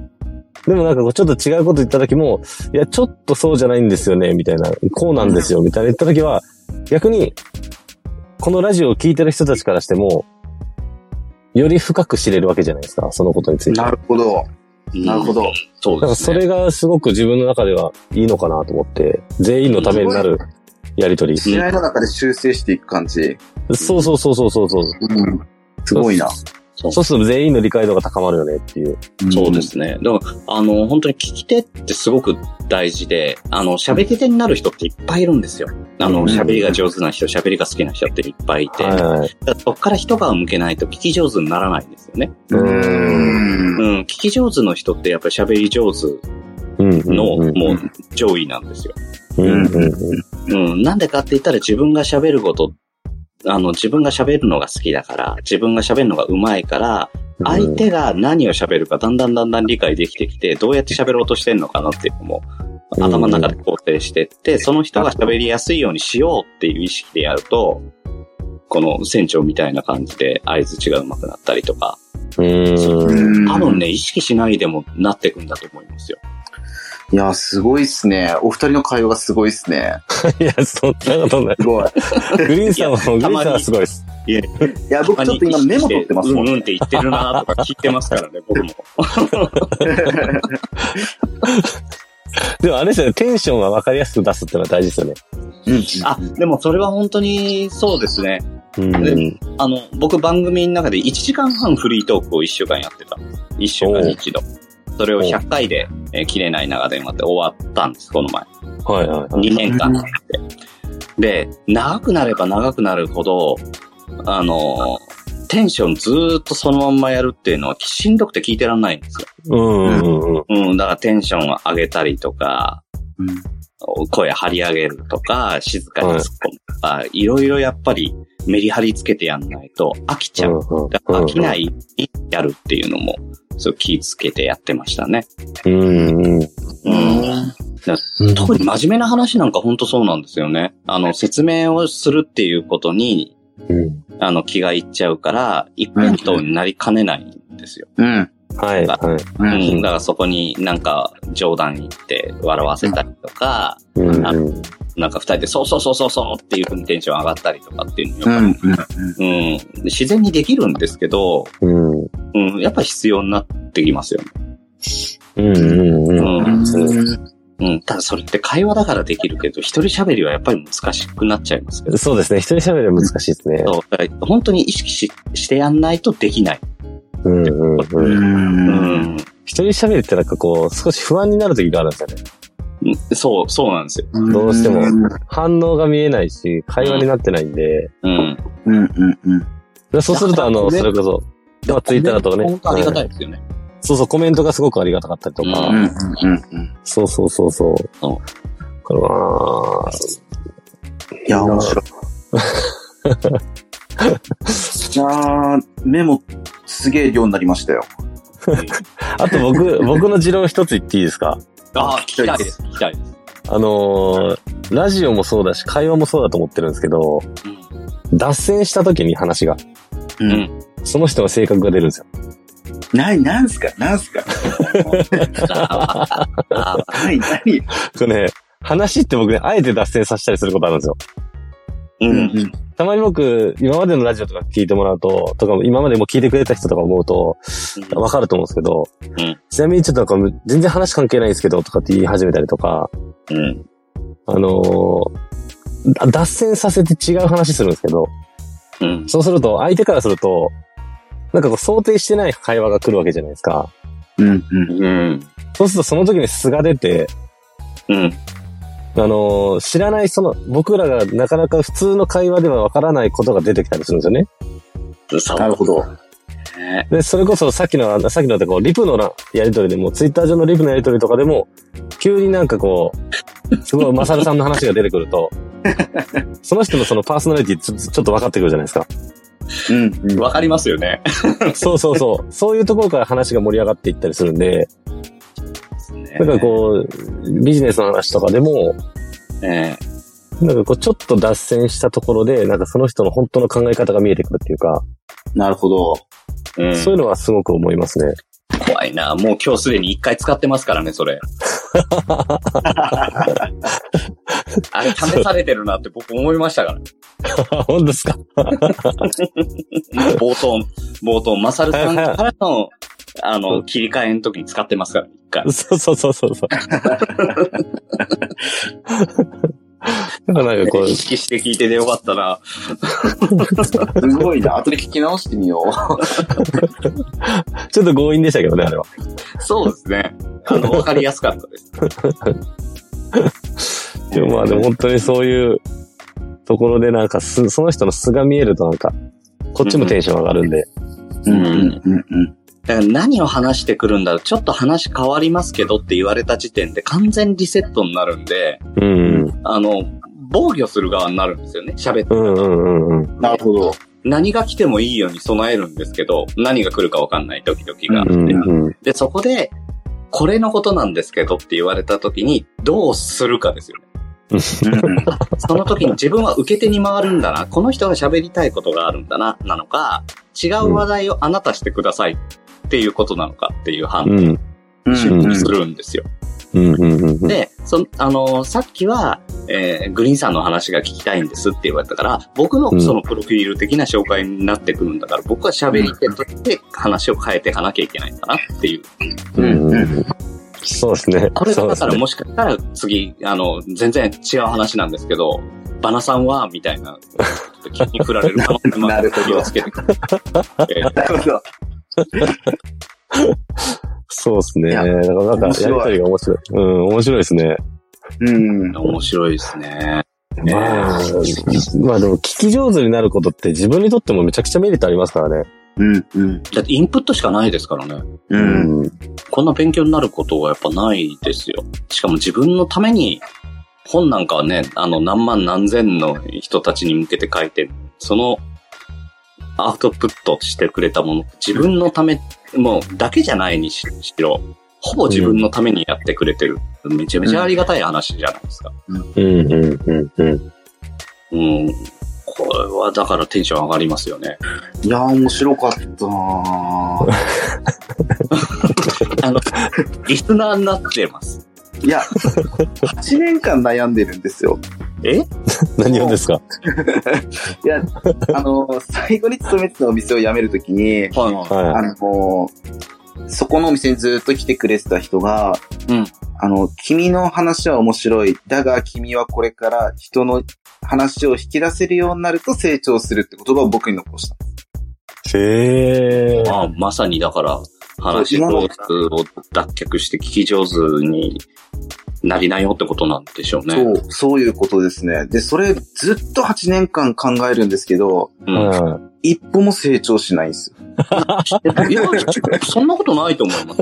S2: でもなんかこう、ちょっと違うこと言ったときも、いや、ちょっとそうじゃないんですよね、みたいな、こうなんですよ、みたいな言ったときは、逆に、このラジオを聞いてる人たちからしても、より深く知れるわけじゃないですか、そのことについて。
S3: なるほど。なるほど。
S2: そうですね。だからそれがすごく自分の中ではいいのかなと思って、全員のためになるやりとり。
S3: 試合の中で修正していく感じ。
S2: そうそうそうそうそうそう。うん。
S3: すごいな。
S2: そうそうすると全員の理解度が高まるよねっていう。
S4: そうですね。だから、あの、本当に聞き手ってすごく大事で、あの、喋り手になる人っていっぱいいるんですよ。あの、喋りが上手な人、喋りが好きな人っていっぱいいて、はいはい、だそこから一皮向けないと聞き上手にならないんですよね。うーん。うん。聞き上手の人ってやっぱり喋り上手の、もう上位なんですよ。うんうんうん。うん。なんでかって言ったら自分が喋ることあの、自分が喋るのが好きだから、自分が喋るのが上手いから、相手が何を喋るかだんだんだんだん理解できてきて、どうやって喋ろうとしてんのかなっていうのも、頭の中で肯定してって、その人が喋りやすいようにしようっていう意識でやると、この船長みたいな感じで相槌が上手くなったりとか、うーん多分ね、意識しないでもなっていくんだと思いますよ。
S3: いや、すごいっすね。お二人の会話がすごいっすね。
S2: いや、そんなことない。すごい。グリーンさんは、グリーンさんはすごいっす。
S3: いや、いや僕ちょっと今メモ取ってますもん。
S4: うんうんって言ってるなとか聞いてますからね、僕も。
S2: でもあれですよね、テンションが分かりやすく出すってのは大事ですよね。
S4: うん。あ、でもそれは本当にそうですね。うん、であの、僕番組の中でいちじかんはんフリートークをいっしゅうかんやってたんです。いっしゅうかんに一度。それをひゃっかいで、えー、切れない長電話って終わったんです、この前。はいはい、はい。にねんかんやって。で、長くなれば長くなるほど、 あの、テンションずーっとそのまんまやるっていうのはしんどくて聞いてらんないんですよ。
S2: うんうんうん。
S4: うん、だからテンションを上げたりとか、
S3: うん、
S4: 声張り上げるとか、静かに突っ込むとか、はい、いろいろやっぱりメリハリつけてやんないと飽きちゃう。うんうん、飽きないにやるっていうのも、そう気ぃつけてやってましたね。
S2: うんうんうん。
S4: 特に真面目な話なんか本当そうなんですよね。あの、説明をするっていうことに、うん、あの、気がいっちゃうから、一辺倒になりかねないんですよ。
S3: うん。
S2: はい。はい。
S4: うん。だからそこになんか冗談言って笑わせたりとか、うん、あのなんか二人でそうそうそうそうそうっていう風にテンション上がったりとかっていうのよく、うんうん、自然にできるんですけど、うんうん、やっぱり必要になってきますよね。
S2: うんうんうん
S4: うんうん、ただそれって会話だからできるけど、一人喋りはやっぱり難しくなっちゃいますけど。
S2: そうですね、一人喋りは難しいですね。
S4: そう、だから本当に意識し、してやんないとできない。
S2: うんうんうん。うん、一人喋りってなんかこう、少し不安になる時があるんですよね。
S4: そう、そうなんですよ。
S2: どうしても反応が見えないし、会話になってないんで。
S4: うん。
S3: うんうんうん。
S2: そうするとあの、それこそ、まあツイッターだとかね。
S4: 本当ありがたいですよね。
S2: そうそう、コメントがすごくありがたかったりとか。
S3: うんうんうん、
S2: そうそうそうそう。
S4: うん、
S2: これは、
S3: いや、面白い。じゃあ、メモすげえ量になりましたよ。
S2: あと僕、僕の持論一つ言っていいですか？
S4: ああ、聞きたいです。聞きたいです。
S2: あのー、ラジオもそうだし、会話もそうだと思ってるんですけど、うん、脱線した時に話が、
S4: うん、
S2: その人の性格が出るんですよ。
S3: な、なんすかなんすかなになに
S2: これね、話って僕ね、あえて脱線させたりすることあるんですよ。
S4: うんうん。
S2: たまに僕、今までのラジオとか聞いてもらうと、とか今までも聞いてくれた人とか思うと、わかると思うんですけど、
S4: うん、
S2: ちなみにちょっとなんか全然話関係ないんですけど、とかって言い始めたりとか、
S4: うん、
S2: あのー、脱線させて違う話するんですけど、
S4: うん、
S2: そうすると、相手からすると、なんかこう想定してない会話が来るわけじゃないですか。
S3: うんうんうん。
S2: そうするとその時に素が出て、
S4: うん。
S2: あのー、知らないその、僕らがなかなか普通の会話ではわからないことが出てきたりするんですよね。
S3: なるほど。
S2: で、それこそさっきの、さっきのこう、リプのやりとりでも、ツイッター上のリプのやりとりとかでも、急になんかこう、すごいマサルさんの話が出てくると、その人のそのパーソナリティちょ、ちょっと分かってくるじゃないですか。
S4: うん、わかりますよね。
S2: そうそうそう。そういうところから話が盛り上がっていったりするんで、だからこう、ビジネスの話とかでも、
S4: え
S2: ー、なんかこう、ちょっと脱線したところで、なんかその人の本当の考え方が見えてくるっていうか。
S3: なるほど。
S2: うん、そういうのはすごく思いますね。
S4: 怖いな。もう今日すでに一回使ってますからね、それ。あれ試されてるなって僕思いましたから。
S2: 本当ですか？
S4: 冒頭、冒頭、マサルさんからの、あの、切り替えの時に使ってますから、一回。
S2: そうそうそうそう。なんかこう
S4: 意識して聞いててよかったな。
S3: すごいな。後で聞き直してみよう。
S2: ちょっと強引でしたけどね、あれは。
S4: そうですね。あの、わかりやすかった
S2: です。でもまあでも本当にそういうところでなんかす、その人の素が見えるとなんか、こっちもテンション上がるんで。
S4: うんうんうんうん。だから何を話してくるんだろう、ちょっと話変わりますけどって言われた時点で完全リセットになるんで、
S2: うん、
S4: あの、防御する側になるんですよね、喋って。
S2: うんうんうん。
S3: なるほど。
S4: 何が来てもいいように備えるんですけど、何が来るか分かんないドキドキがあって、うんうんうん。で、そこで、これのことなんですけどって言われた時に、どうするかですよね。その時に自分は受け手に回るんだな、この人が喋りたいことがあるんだな、なのか、違う話題をあなたしてくださいっていうことなのかっていう判断をするんですよ。で、そあのー、さっきは、えー、グリーンさんの話が聞きたいんですって言われたから、僕のそのプロフィール的な紹介になってくるんだから、僕は喋り手として話を変えていかなきゃいけないんだなっていう。
S2: うんうん、そうですね。
S4: これだからもしかしたら次、あの、全然違う話なんですけど、バナさんは、みたいな、気に振られる可能性もある。気をつけてください。なるほど。
S2: そうですね。だからなんか、やりとりが面白い。うん、面白いですね。
S3: うん。
S4: 面白いですね。
S2: まあ、まあでも聞き上手になることって自分にとってもめちゃくちゃメリットありますからね。
S4: うんうん。だってインプットしかないですからね。うん。こんな勉強になることはやっぱないですよ。しかも自分のために、本なんかはね、あの何万何千の人たちに向けて書いて、そのアウトプットしてくれたもの、自分のため、もうだけじゃないにしろ、ほぼ自分のためにやってくれてる。うん、めちゃめちゃありがたい話じゃないですか。
S2: うん、うん、うん、うん。
S4: うん。これはだからテンション上がりますよね。
S3: いやー面白かったー
S4: あの、リスナーになってます。
S3: いや、はちねんかん悩んでるんですよ。
S4: え
S2: 何をですか
S3: いや、あの、最後に勤めてたお店を辞めるときに、はいはい、あの、そこのお店にずっと来てくれてた人が、うん、あの、君の話は面白い。だが君はこれから人の話を引き出せるようになると成長するって言葉を僕に残した。
S2: へー。
S4: あ、まさにだから、話上手を脱却して聞き上手になりなよってことなんでしょうね。
S3: そう、そういうことですね。で、それずっとはちねんかん考えるんですけど、うん、一歩も成長しないんですよ。
S4: いや、そんなことないと思いますよ。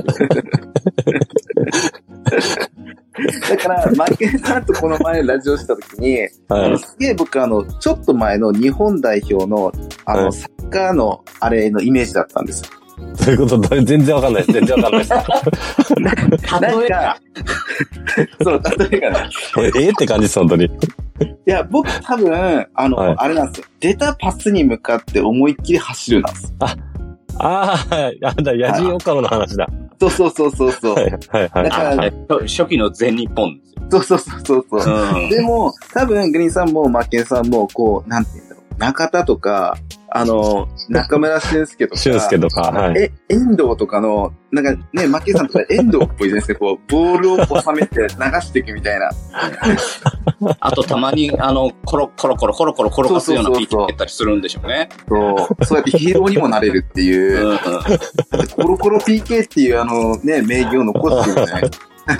S3: だから、マイケルさんとこの前ラジオしたときに、はい、すげえ僕あの、ちょっと前の日本代表の、あの、はい、サッカーのあれのイメージだったんです。
S2: そういうこと、全然わかんないです。全然わかんないです。
S3: なんか、そう、例えがね。
S2: ええって感じです、本当に。い
S3: や、僕多分、あの、はい、あれなんですよ。出たパスに向かって思いっきり走るなんです。
S2: あ、ああ、なんだ、ヤジオカロの話だ。
S3: そうそうそうそうそう。
S2: はいはいはい。だから、
S4: 初期の全日本です
S3: よ。そうそうそうそう。うん、でも、多分、グリーンさんもマッケンさんも、こう、なんて言うんだろう。中田とか、あの、中村俊介とか、
S2: 俊介とか、はい、
S3: え、遠藤とかの、なんかね、マッケンさんとか遠藤っぽいじゃないですか、こう、ボールを収めて流していくみたいな。
S4: あと、たまに、あの、コロコロコロコロコロ転がすようなピーチを蹴ったりするんでしょうね。
S3: そう。そうやってヒーローにもなれるっていう、うん、コロコロ ピーケー っていうあの、ね、名義を残してるね。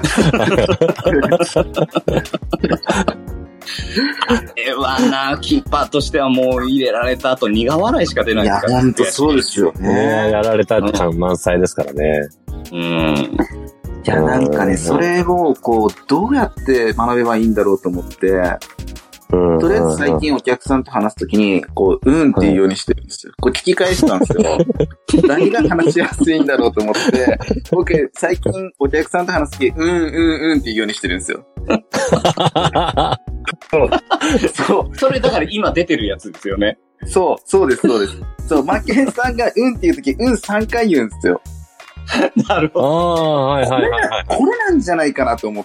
S4: あれはな、キーパーとしてはもう入れられた後苦笑いしか出ないですから。
S3: いや、ほんとそうですよね。
S2: やられた感満載ですからね。
S4: うん。
S3: いや、なんかね、それをこう、どうやって学べばいいんだろうと思って、うん、とりあえず最近お客さんと話すときに、こう、うんっていうようにしてるんですよ。これ聞き返したんですよ。何が話しやすいんだろうと思って、僕、最近お客さんと話すとき、うんうんうんっていうようにしてるんですよ。
S4: そう。それだから今出てるやつですよね。
S3: そう、そうです、そうです。そう、マッケンさんがうんっていうとき、うんさんかい言うんですよ。
S4: なるほど。
S2: ああ、はいはいはい、はい。
S3: これなんじゃないかなと思って、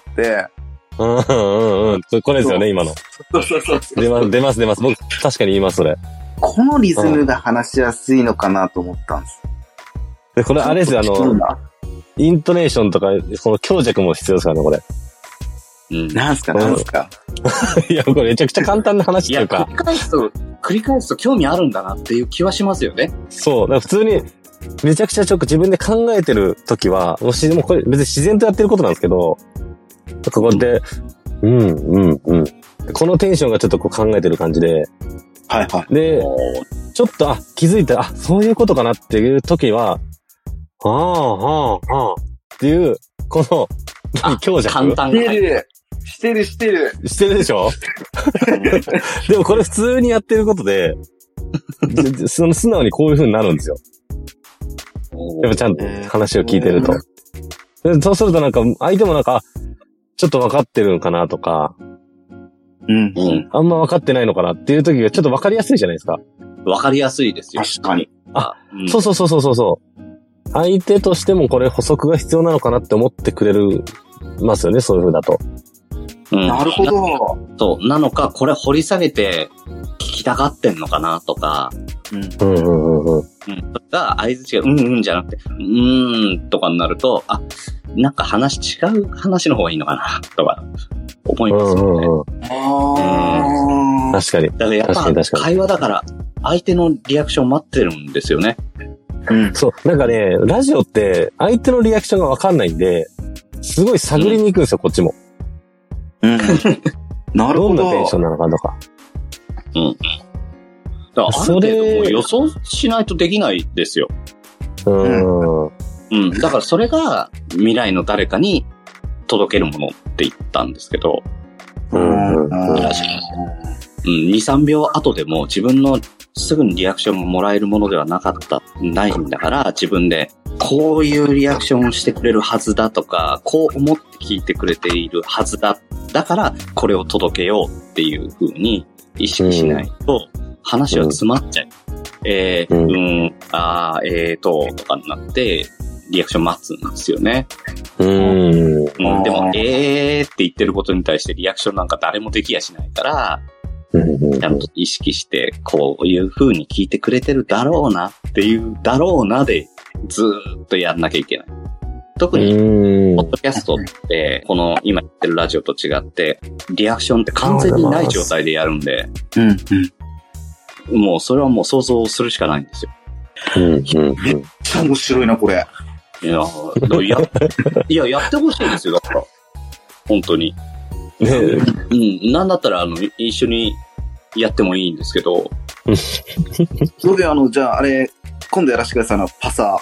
S2: うんうんうん。これですよね、今の。
S3: そうそうそう。
S2: 出ます、出ます、出ます。僕、確かに言います、それ。
S3: このリズムが話しやすいのかなと思ったんです。
S2: で、これあれですよ、あの、イントネーションとか、この強弱も必要ですからね、これ。
S3: うん。なんすか、なんすか。
S2: いや、これめちゃくちゃ簡単な話っていうか。
S4: 繰り返すと、繰り返すと興味あるんだなっていう気はしますよね。
S2: そう。だから普通に、めちゃくちゃちょっと自分で考えてるときは、もう、もうこれ別に自然とやってることなんですけど、なんかこうやって、うん、うん、うん。このテンションがちょっとこう考えてる感じで、
S3: はいはい。
S2: で、ちょっと、あ、気づいた、あ、そういうことかなっていう時は、はあ、はあ、はあ、っていう、この、強弱。
S4: 簡単
S3: してる。してる、してる。
S2: してるでしょでもこれ普通にやってることで、その素直にこういう風になるんですよ。やっぱちゃんと話を聞いてると。でそうするとなんか、相手もなんか、ちょっと分かってるのかなとか、
S3: うん、うん。
S2: あんま分かってないのかなっていう時がちょっと分かりやすいじゃないですか。
S4: 分かりやすいですよ。
S3: 確かに。
S2: あ、うん、そうそうそうそうそう。相手としてもこれ補足が必要なのかなって思ってくれる、ますよね、そういう風だと。
S3: うん、なるほど。
S4: そう。なのか、これ掘り下げて聞きたがってんのかなとか。
S2: うん。うんうんうんうん。うん。
S4: が、相づちがうんうんじゃなくて、うーんとかになると、あ、なんか話、違う話の方がいいのかなとか、思いますよね。うんうんうん、
S3: あ
S2: あ。確かに。
S4: だからやっぱ、会話だから、相手のリアクション待ってるんですよね。
S2: うん。そう。なんかね、ラジオって、相手のリアクションがわかんないんで、すごい探りに行くんですよ、うん、こっちも。
S3: うん。 なるほど。
S2: どんなテンションなのかとか。
S4: うん。だからある程度もう予想しないとできないですよ。
S2: うん。
S4: うん。だからそれが未来の誰かに届けるものって言ったんですけど。
S2: うん。うん。
S4: うん、に、さんびょう後でも自分のすぐにリアクションがもらえるものではなかった、ないんだから、自分でこういうリアクションをしてくれるはずだとか、こう思って聞いてくれているはずだ。だからこれを届けようっていう風に意識しないと、話は詰まっちゃう。うん、えー、うん、うん、あー、えーと、とかになって、リアクション待つんですよね。
S2: うん。うん、
S4: でも、えーって言ってることに対してリアクションなんか誰もできやしないから、ちゃんと意識して、こういう風に聞いてくれてるだろうなっていう、だろうなでずーっとやんなきゃいけない。特に、ポッドキャストって、この今言ってるラジオと違って、リアクションって完全にない状態でやるんで、
S3: うんうん、
S4: もうそれはもう想像するしかないんですよ。
S2: うんうんうん、
S3: めっちゃ面白いな、これ。
S4: いや、や、いや、やってほしいですよ、だから。本当に。
S2: ねえ。
S4: うん。なんだったら、あの、一緒にやってもいいんですけど。
S3: それで、あの、じゃあ、あれ、今度やらせてください、あの、パサー。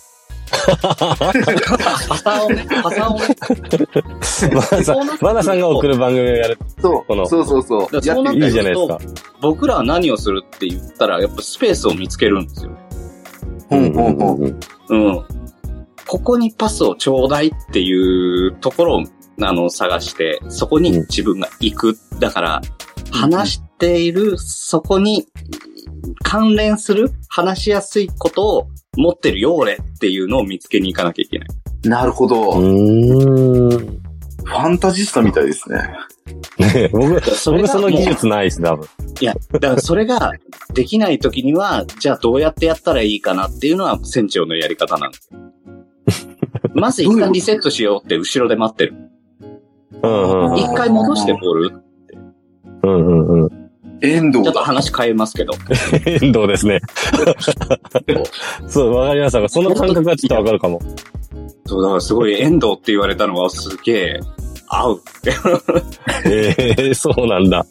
S4: パサーをね、パサーをね。
S2: まださん、まださんが送る番組をやる。
S3: そう、
S2: この
S3: そうそうそう。
S4: そうなって
S2: いいじゃないですか。
S4: 僕らは何をするって言ったら、やっぱスペースを見つけるんですよ。
S3: うんうんうんうん。
S4: うん。ここにパスをちょうだいっていうところを、あの、探して、そこに自分が行く。だから、話している、そこに関連する、話しやすいことを持ってるよ、俺っていうのを見つけに行かなきゃいけない。
S3: なるほど。
S2: うーん。フ
S3: ァンタジスタみたいですね。
S2: ね僕、そ僕その技術ないです、多分。
S4: いや、だからそれができないときには、じゃあどうやってやったらいいかなっていうのは船長のやり方なんです。まず一旦リセットしようって後ろで待ってる。
S2: うんうん、
S4: 一回戻してボールって。
S2: うんうんうん。
S3: 遠藤だ。
S4: ちょっと話変えますけど。
S2: 遠藤ですね。そう、わかりました。その感覚はちょっとわかるかも。
S4: そう、だからすごい遠藤って言われたのがすげえ合うって。
S2: ええー、そうなんだ。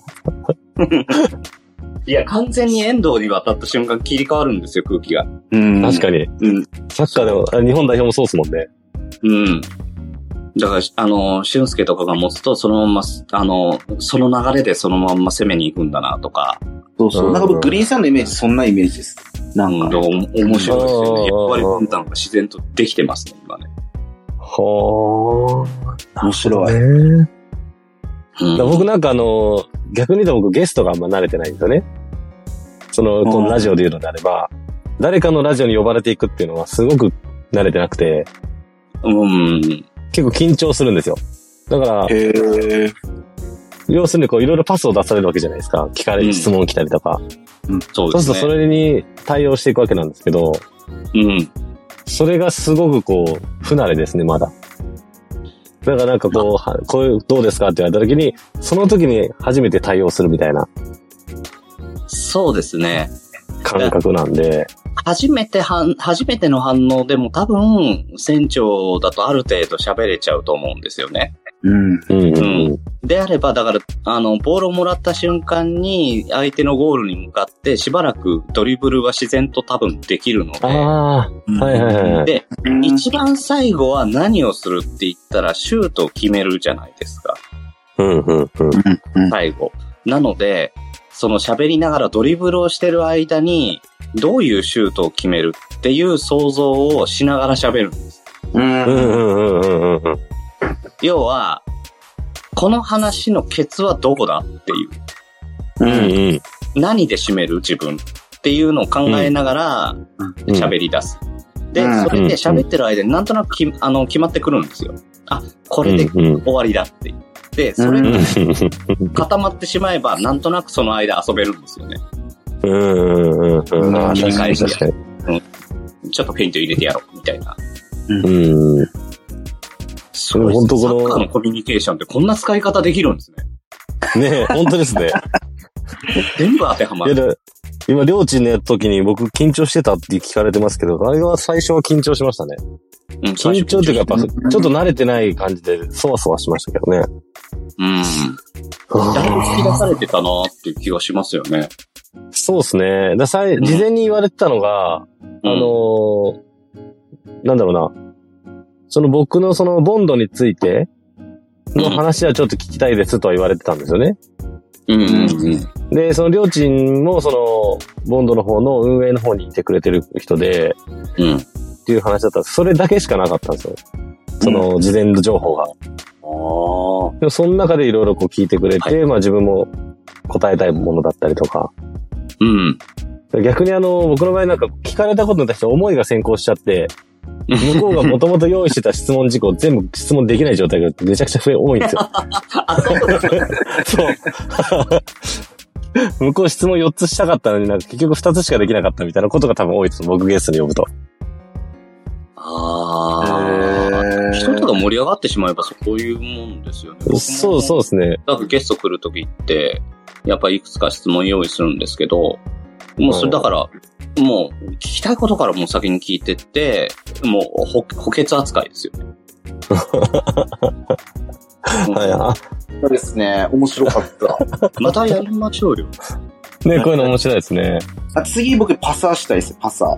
S4: いや、完全に遠藤に渡った瞬間切り替わるんですよ、空気が。
S2: うん。確かに。
S4: うん。
S2: サッカーでも、日本代表もそうですもんね。
S4: うん。だから、あの、俊介とかが持つと、そのまま、あの、その流れでそのまま攻めに行くんだな、とか。
S3: そうそう。なんか僕、グリーンさんのイメージ、そんなイメージです。なんか。
S4: うん、面白いですよね。役割分担が自然とできてますね、今ね。
S2: は
S3: あ。面白い。
S2: ね、うん、僕なんかあの、逆に言うと僕ゲストがあんま慣れてないんですよね。その、このラジオで言うのであれば、誰かのラジオに呼ばれていくっていうのはすごく慣れてなくて。
S4: うん。
S2: 結構緊張するんですよ。だから、
S3: へー、
S2: 要するにこういろいろパスを出されるわけじゃないですか。聞かれる質問来たりとか。
S4: うん、そうですね。
S2: そうするとそれに対応していくわけなんですけど、
S4: うん。
S2: それがすごくこう、不慣れですね、まだ。だからなんかこう、こういう、どうですかって言われた時に、その時に初めて対応するみたいな。
S4: そうですね。
S2: 感覚なんで。
S4: 初めてはん、初めての反応でも多分、船長だとある程度喋れちゃうと思うんですよね。
S3: うん。
S2: うん。うん。
S4: であれば、だから、あの、ボールをもらった瞬間に、相手のゴールに向かって、しばらくドリブルは自然と多分できるので。
S2: ああ、はいはいはい。
S4: で、一番最後は何をするって言ったら、シュートを決めるじゃないですか。
S2: うん、うん、うん。
S4: 最後。なので、その喋りながらドリブルをしてる間に、どういうシュートを決めるっていう想像をしながら喋るんです。
S3: うん、うん、うん、うん、うん。
S4: 要は、この話のケツはどこだっていう。
S2: うんうん、
S4: 何で締める自分っていうのを考えながら喋り出す。うん、で、それで喋ってる間になんとなくきあの決まってくるんですよ。あ、これで終わりだっていう。で、それが固まってしまえばなんとなくその間遊べるんですよね。
S2: うんうんうん。
S4: 切り返して、うん、ちょっとフェイント入れてやろうみたいな。
S2: うん。うん
S4: すごいですね。サッカーのコミュニケーションってこんな使い方できるんです
S2: ね。ねえ、本当ですね。
S4: 全部当てはまる。
S2: いや今、両チームのやった時に僕緊張してたって聞かれてますけど、あれは最初は緊張しましたね。うん、緊張っていうかやっぱ、ちょっと慣れてない感じで、そわそわしましたけどね。
S4: うん。だいぶ引き出されてたなっていう気がしますよね。
S2: そうですね。ださい、事前に言われてたのが、うん、あのー、なんだろうな。その僕のそのボンドについての話はちょっと聞きたいですとは言われてたんですよね。
S4: うんうんうん、
S2: で、そのりょーちんもそのボンドの方の運営の方にいてくれてる人で、
S4: うん、
S2: っていう話だったんです。それだけしかなかったんですよ。その事前の情報が。うん、でもその中でいろいろこう聞いてくれて、はい、まあ自分も答えたいものだったりとか。
S4: うん。
S2: 逆にあの、僕の場合なんか聞かれたことに対して思いが先行しちゃって、向こうがもともと用意してた質問事項全部質問できない状態がめちゃくちゃ増え多いんですよ。そう。向こう質問よっつしたかったのになんか結局ふたつしかできなかったみたいなことが多分多いです。僕ゲストに呼ぶと。
S4: ああ。人とか盛り上がってしまえばそういうもんですよね。
S2: そうそうですね。
S4: なんかゲスト来るときって、やっぱいくつか質問用意するんですけど、もうそれだから、もう聞きたいことからもう先に聞いてって、もう補欠扱いですよね。
S2: はい、
S3: そうですね。面白かった。
S4: またやりましょうよ。
S2: ね、こういうの面白いですね。
S3: あ、次僕パサーしたいです、パサ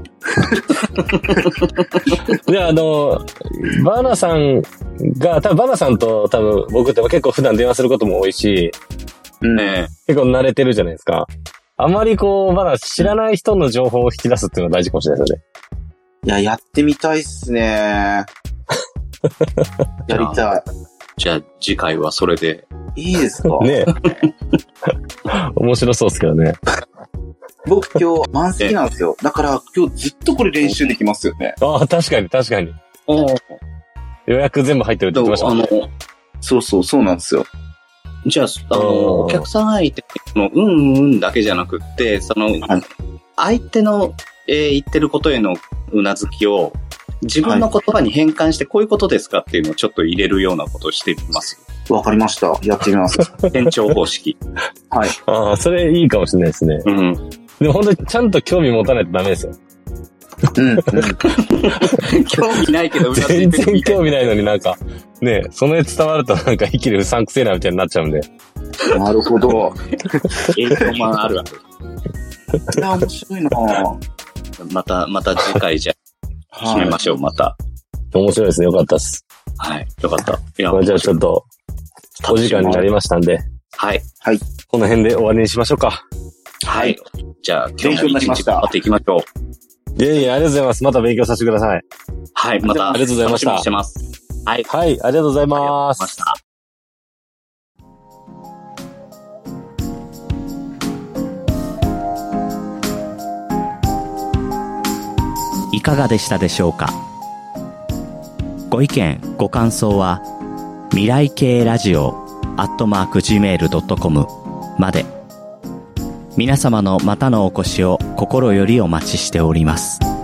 S2: ー。で、あの、バーナさんが、多分バーナさんと多分僕って結構普段電話することも多いし、
S4: ね、
S2: 結構慣れてるじゃないですか。あまりこう、まだ知らない人の情報を引き出すっていうのは大事かもしれないですよね。
S3: いや、やってみたいっすね。やりたい。
S4: じゃあ次回はそれで。
S3: いいですか
S2: ね面白そうですけどね。
S3: 僕今日、マン好きなんですよ。だから今日ずっとこれ練習できますよね。
S2: ああ、確かに確かに。予約全部入ってるって言ってましたもんね。
S3: そうそう、そうなんですよ。
S4: じゃあ、あの、お客さん相手のうんうんだけじゃなくって、その、はい、相手の、えー、言ってることへのうなずきを、自分の言葉に変換してこういうことですかっていうのをちょっと入れるようなことをしてみます。
S3: わかりました。やってみます。
S4: 店長方式。
S3: はい。
S2: ああ、それいいかもしれないですね。
S4: うん。
S2: でも本当にちゃんと興味持たないとダメですよ。
S3: うん、うん。
S4: 興味ないけど、
S2: 全然興味ないのになんか、ね、その絵伝わるとなんか生きるうさんくせえなみたいになっちゃうんで。
S3: なるほど。
S4: 影響もあるある。
S3: いや、面白いな
S4: また、また次回じゃ、決めましょう、また。
S2: 面白いですね。よかったです。
S4: はい。よかった。いや、
S2: じゃあちょっと、お時間になりましたんで。
S4: はい。
S3: はい。
S2: この辺で終わりにしましょうか。
S4: はい。じゃあ、今日も一日頑張っていきましょう。
S2: いえいえ、ありがとうございます。また勉強させてください。
S4: はい、また。
S2: ありがとうございました。
S4: 楽しみにしてます。はい。
S2: はい、ありがとうございます。
S4: ありがとうございました。
S1: いかがでしたでしょうか。ご意見、ご感想は、未来系ラジオアットマーク ジーメールドットコム まで。皆様のまたのお越しを心よりお待ちしております。